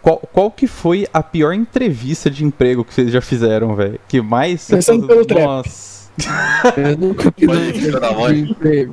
qual que foi a pior entrevista de emprego que vocês já fizeram, velho? Que mais... Começando pelo Trap. Nossa. Eu nunca fiz uma entrevista de emprego.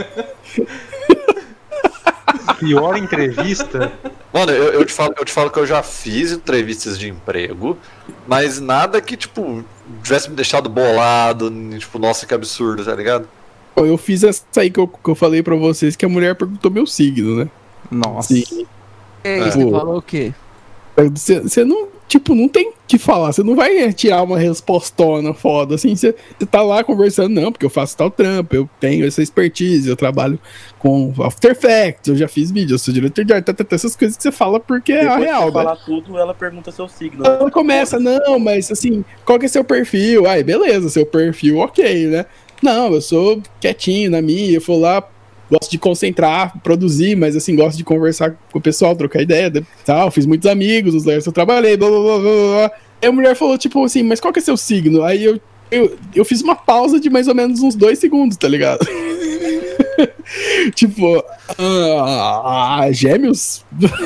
Pior entrevista? Mano, eu te falo que eu já fiz entrevistas de emprego, mas nada que, tipo, tivesse me deixado bolado, tipo, nossa, que absurdo, tá ligado? Eu fiz essa aí que eu falei pra vocês, que a mulher perguntou meu signo, né? Nossa. Sim. Você falou o quê? Você não, tipo, não tem o que falar. Você não vai tirar uma respostona foda, assim. Você tá lá conversando, não, porque eu faço tal trampo, eu tenho essa expertise, eu trabalho com After Effects, eu já fiz vídeo, eu sou diretor de arte, essas coisas que você fala porque é a real, né? Falar tudo, ela pergunta seu signo. Ela começa, não, mas assim, qual que é seu perfil? Aí, beleza, seu perfil, ok, né? Não, eu sou quietinho na minha, eu vou lá, gosto de concentrar, produzir, mas assim, gosto de conversar com o pessoal, trocar ideia, tal, fiz muitos amigos nos lugares que eu trabalhei, blá, blá, blá, blá, blá. Aí a mulher falou, tipo assim, mas qual que é seu signo? Aí eu fiz uma pausa de mais ou menos uns 2 segundos, tá ligado? Tipo, gêmeos?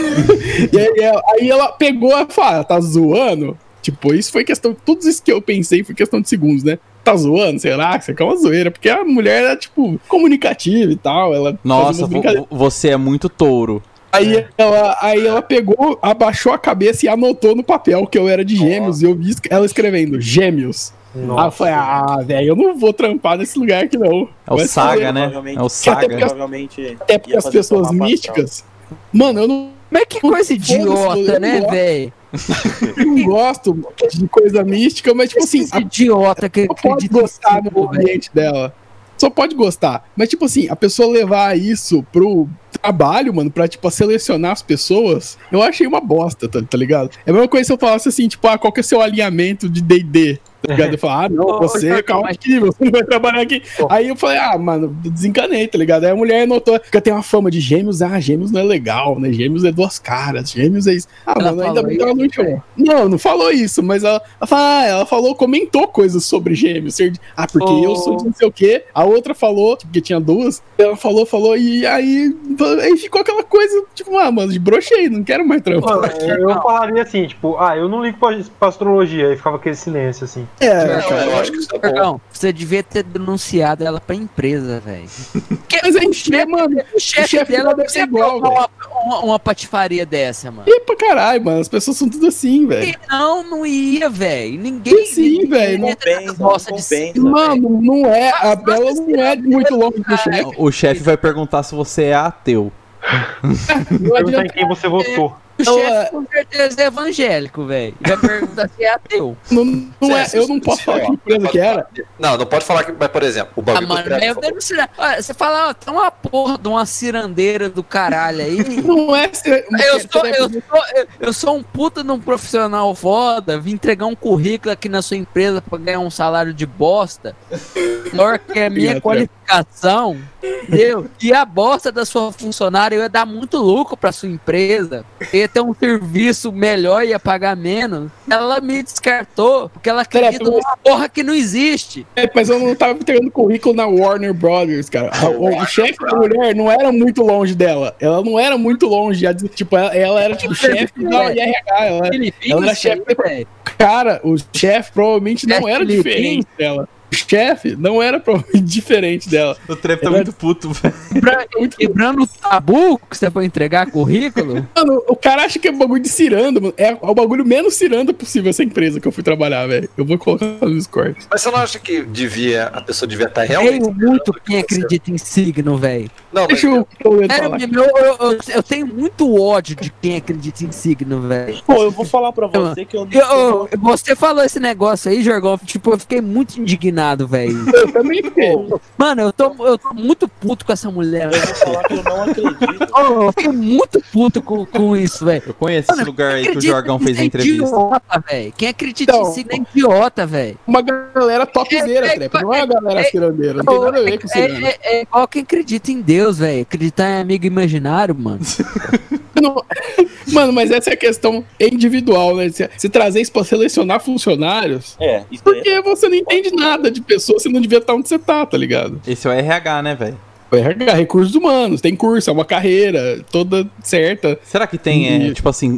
E aí ela pegou e falou, tá zoando? Tipo, isso foi questão, tudo isso que eu pensei foi questão de segundos, né? Tá zoando, será? Isso aqui é uma zoeira, porque a mulher era, tipo, comunicativa e tal, ela... Nossa, você é muito touro. Aí ela pegou, abaixou a cabeça e anotou no papel que eu era de gêmeos, e eu vi ela escrevendo, gêmeos. Nossa. Aí eu falei, velho, eu não vou trampar nesse lugar aqui não. É o Saga, né? É o Saga. Até porque as pessoas místicas... Mano, eu não... Mas que coisa idiota, né, velho? Eu não gosto de coisa mística, mas tipo assim... idiota que pode gostar no ambiente dela. Só pode gostar. Mas tipo assim, a pessoa levar isso pro trabalho, mano, pra tipo selecionar as pessoas, eu achei uma bosta, tá ligado? É a mesma coisa se eu falasse assim, tipo, qual que é o seu alinhamento de D&D? Tá ligado? Eu falar, não, você, calma aqui, você não vai trabalhar aqui. Aí eu falei, mano, desencanei, tá ligado? Aí a mulher notou, porque tem uma fama de gêmeos, gêmeos não é legal, né? Gêmeos é 2 caras, gêmeos é isso. Mano, ainda bem que ela não chamou. Não falou isso, mas ela falou, comentou coisas sobre gêmeos. Porque eu sou de não sei o quê. A outra falou, porque tinha 2, ela falou, e aí ficou aquela coisa, tipo, mano, de brochei, não quero mais trampar. Eu falaria assim, tipo, eu não ligo pra astrologia, aí ficava aquele silêncio, assim. Eu acho que isso é bom. Não, você devia ter denunciado ela pra empresa, velho. Mas aí, o chefe dela deve ser igual, uma patifaria dessa, mano. Ia pra caralho, mano. As pessoas são tudo assim, velho. Não ia, velho. Ninguém. Sim, velho. Não compensa. Mano, não é. A Bela não é muito longe do chefe. O chefe vai perguntar se você é ateu. Não adianta em quem você votou. O chefe com certeza é evangélico, velho. Já pergunta se é ateu. Não é, eu não posso falar que empresa que era. Não pode falar que, mas, por exemplo, o bagulho mano, eu denunciar. Você fala, tem uma porra de uma cirandeira do caralho aí. Não é. Eu sou um puta de um profissional foda, vim entregar um currículo aqui na sua empresa pra ganhar um salário de bosta. Maior que a minha qualificação, entendeu? E a bosta da sua funcionária ia dar muito lucro pra sua empresa. Ia ter um serviço melhor, ia pagar menos. Ela me descartou porque ela acredita numa porra que não existe. Mas eu não tava entregando currículo na Warner Brothers, cara. O chefe da mulher não era muito longe dela. Ela não era muito longe. Tipo, ela era tipo chefe da RH. Ela era chefe. Cara, o chefe provavelmente não era diferente dela. O chefe não era provavelmente diferente dela. O Trap tá muito puto, velho. Quebrando o tabu que você foi entregar currículo? Mano, o cara acha que é um bagulho de ciranda, mano. É o bagulho menos ciranda possível essa empresa que eu fui trabalhar, velho. Eu vou colocar no Discord. Mas você não acha que a pessoa devia estar realmente... Tenho muito quem acredita em signo, velho. Não, deixa eu falar. Eu tenho muito ódio de quem acredita em signo, velho. Pô, eu vou falar pra você que você falou esse negócio aí, Jorgão, tipo, eu fiquei muito indignado, velho. Eu também fiquei. Mano, eu tô muito puto com essa mulher. Eu vou falar que eu não acredito. Eu fiquei muito puto com isso, velho. Eu conheço esse lugar aí que o Jorgão fez a entrevista. Idiota, velho. Quem acredita em signo é idiota, velho. Uma galera topzera, Trap. Não é uma galera cirandeira. Não tem nada a ver com ciranda. É igual quem acredita em Deus, velho. Acreditar em amigo imaginário, mano. Mano, mas essa é a questão individual, né? Você trazer isso pra selecionar funcionários. Isso porque você não entende nada de pessoa, você não devia estar onde você tá ligado? Esse é o RH, né, velho? RH, recursos humanos, tem curso, é uma carreira toda certa. Será que tem, tipo assim,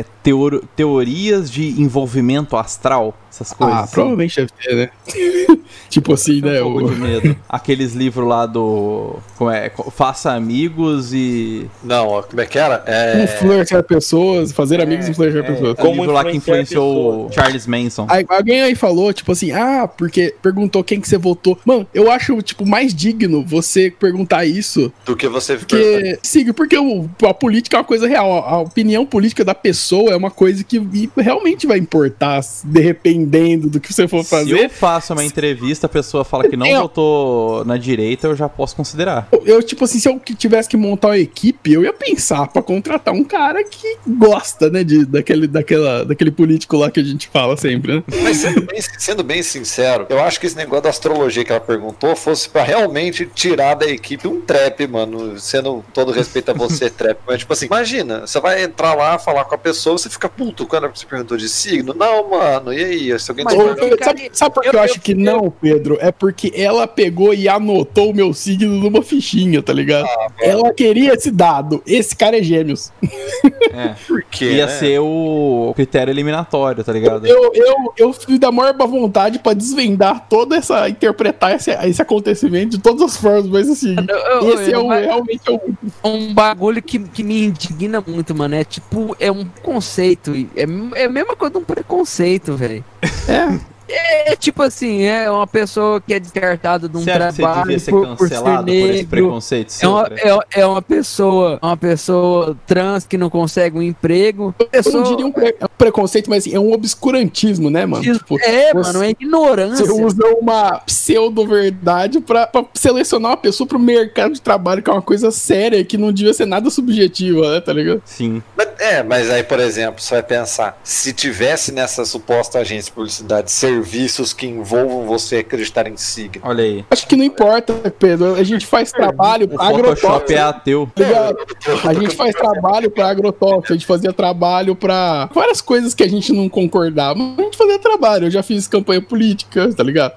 teorias de envolvimento astral? Essas coisas? Assim? Provavelmente deve ter, né? Tipo assim, né? Um pouco de medo. Aqueles livros lá do... Como é? Faça amigos e... Não, como é que era? Influenciar pessoas, fazer amigos e influenciar pessoas. O livro lá que influenciou o Charles Manson. Alguém aí falou, tipo assim, porque perguntou quem que você votou. Mano, eu acho, tipo, mais digno você perguntar isso do que você... Porque a política é uma coisa real. A opinião política da pessoa é uma coisa que realmente vai importar, dependendo do que você for fazer. Se eu faço uma entrevista, a pessoa fala que não votou na direita, eu já posso considerar. Eu, tipo assim, se eu tivesse que montar uma equipe, eu ia pensar pra contratar um cara que gosta, né, daquele político lá que a gente fala sempre, né? Mas sendo bem sincero, eu acho que esse negócio da astrologia que ela perguntou fosse pra realmente tirar da equipe um trap, mano, sendo todo respeito a você, trap. Mas, tipo assim, imagina, você vai entrar lá, falar com a pessoa, você fica puto quando você perguntou de signo. Não, mano, e aí? Se alguém sabe por que eu acho que não, Pedro? É porque ela pegou e anotou o meu signo numa fichinha, tá ligado? Ela queria esse dado. Esse cara é gêmeos. Por quê? Ia ser o critério eliminatório, tá ligado? Eu fui da maior boa vontade pra desvendar interpretar esse acontecimento de todas as formas, mas assim, esse realmente é um bagulho que me indigna muito, mano. É tipo, é um conceito. É a mesma coisa de um preconceito, velho. É tipo assim, é uma pessoa que é descartada de um trabalho. Você devia ser cancelado por esse preconceito seu, é uma pessoa trans que não consegue um emprego. Eu não diria um preconceito, mas assim, é um obscurantismo, né, mano? Mano, é ignorância. Você usa uma pseudo-verdade pra selecionar uma pessoa pro mercado de trabalho, que é uma coisa séria, que não devia ser nada subjetiva, né, tá ligado? Sim. Mas aí, por exemplo, você vai pensar, se tivesse nessa suposta agência de publicidade serviços que envolvam você acreditar em signo. Olha aí. Acho que não importa, Pedro. A gente faz trabalho pra agrotóxico. O Photoshop é ateu. A gente faz trabalho pra agrotóxico. A gente fazia trabalho pra várias coisas que a gente não concordava. Mas a gente fazia trabalho. Eu já fiz campanha política, tá ligado?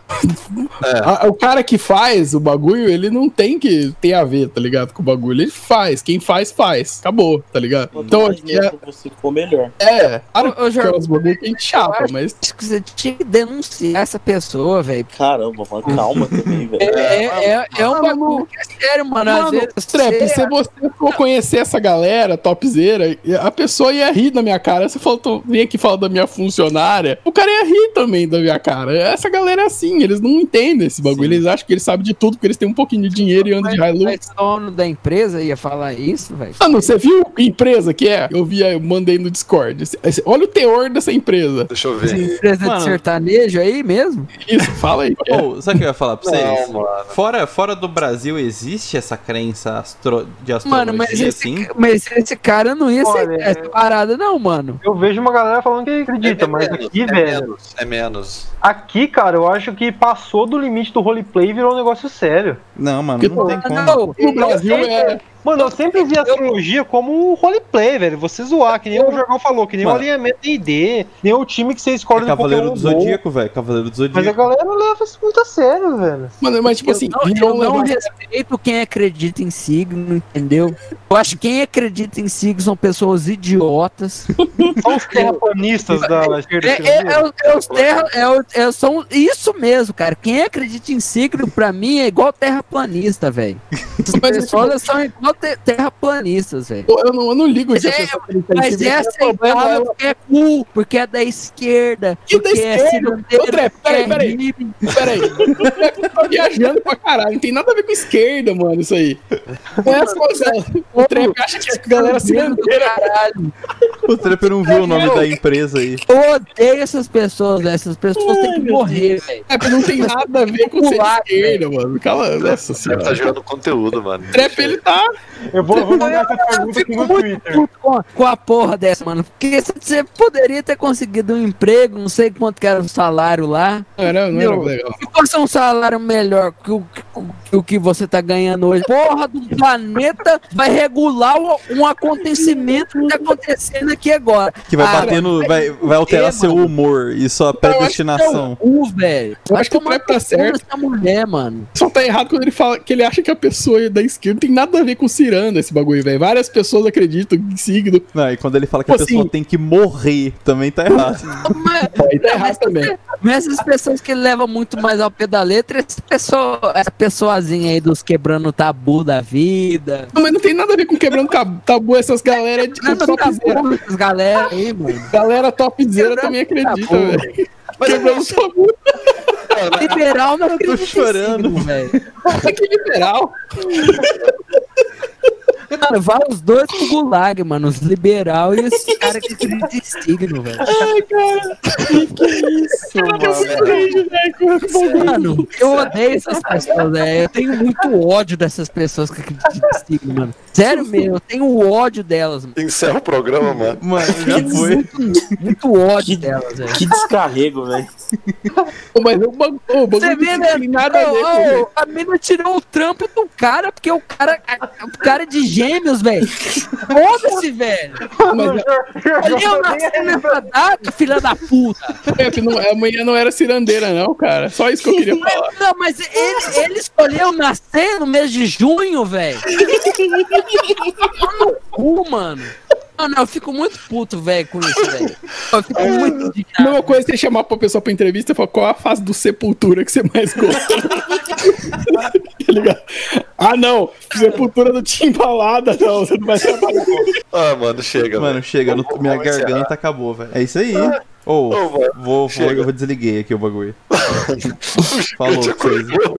O cara que faz o bagulho, ele não tem que ter a ver, tá ligado? Com o bagulho. Ele faz. Quem faz, faz. Acabou, tá ligado? Então, você ficou melhor. Claro que é uns bagulho que a gente chapa, mas... Acho que você tinha que denunciar essa pessoa, velho. Caramba, mano, calma também, velho. É um bagulho que é sério, mano. Às vezes se você for conhecer essa galera topzera, a pessoa ia rir da minha cara. Você falou, vem aqui falar da minha funcionária, o cara ia rir também da minha cara. Essa galera é assim, eles não entendem esse bagulho. Sim. Eles acham que eles sabem de tudo, porque eles têm um pouquinho de dinheiro e andam de Hilux. O dono da empresa ia falar isso, velho. Mano, você viu que empresa que é? Eu mandei no Discord. Olha o teor dessa empresa. Deixa eu ver. Empresa de sertanejo aí mesmo? Isso, fala aí. Sabe o que eu ia falar pra vocês? Não, mano. Fora do Brasil existe essa crença de astrologia, mano, mas esse cara não ia ser essa parada, não, mano. Eu vejo uma galera falando que acredita, mas aqui, velho. É menos. Aqui, cara, eu acho que passou do limite do roleplay e virou um negócio sério. Não, mano, não tem como. No Brasil Mano, eu sempre vi a astrologia como roleplay, velho. Você zoar, que nem o Jorgão falou, que nem o alinhamento de ID, nem o time que você escolhe no Cavaleiro do Zodíaco, velho. Cavaleiro do Zodíaco. Mas a galera não leva isso muito a sério, velho. Mano, mas tipo assim, eu não respeito quem acredita em signo, entendeu? Eu acho que quem acredita em signo são pessoas idiotas. São os terraplanistas da esquerda. São isso mesmo, cara. Quem acredita em signo, pra mim, é igual terraplanista, velho. As pessoas são igual terraplanistas, velho. Eu não ligo de mas é aceitável porque é cool, porque é da esquerda. Que da esquerda? Peraí. Eu tô viajando pra caralho. Não tem nada a ver com esquerda, mano, isso aí. O Trep acha que a galera se caralho. O Trep não viu o nome da empresa aí. Eu odeio essas pessoas, velho. Essas pessoas têm que morrer, velho. Não tem nada a ver com ser esquerda, mano. Cala, nossa senhora. Tá gerando conteúdo, mano. Trep, ele tá... Eu vou mandar essa pergunta aqui no Twitter. Com a porra dessa, mano. Porque você poderia ter conseguido um emprego, não sei quanto que era o salário lá. Não era legal. Se fosse um salário melhor, o que você tá ganhando hoje. Porra do planeta vai regular um acontecimento que tá acontecendo aqui agora. Que vai bater no. Vai alterar seu humor e sua predestinação. Velho. Eu acho que o Trap tá certo. Essa mulher, mano. Só tá errado quando ele fala que ele acha que a pessoa da esquerda tem nada a ver com Ciranda, esse bagulho, velho. Várias pessoas acreditam em signo. Não, e quando ele fala que a pessoa tem que morrer, também tá errado. Aí tá errado também. Mas essas pessoas que levam muito mais ao pé da letra, essa pessoazinha aí dos quebrando o tabu da vida. Não, mas não tem nada a ver com quebrando tabu, essas galera de topzera. Essas galera aí, mano. Galera topzera também acredita, velho. Quebrando tabu. Liberal não Eu tô chorando, velho. Que liberal. Mano, vai os dois pro gulag, mano. Os liberal e os caras que acreditam em signo, velho. Ai, cara. Que isso, Mano, eu odeio essas pessoas, velho. Eu tenho muito ódio dessas pessoas que acreditam em signo, mano. Sério mesmo, eu tenho ódio delas, mano. Encerra o programa, mano. Mano, já foi. Muito ódio delas, velho. Que descarrego, velho. Mas o Você vê, né? A mina tirou o trampo do cara, porque o cara é de gêmeos, velho. Foda-se, velho. Eu nasci nessa data, filha da puta. Amanhã não era cirandeira, não, cara. Só isso que eu queria falar. Não, mas ele escolheu nascer no mês de junho, velho. No cu, mano. Não, eu fico muito puto, velho, com isso, velho. Eu fico muito indignado. A mesma coisa você chamar pra pessoa pra entrevista e falar qual a fase do Sepultura que você mais gosta. Tá ligado? Ah, não. Sepultura do Timbalada, não. Você não vai trabalhar. Ah, mano, chega. Mano, chega. Minha garganta acabou, velho. É isso aí. Eu vou desliguei aqui o bagulho. Falou pra vocês.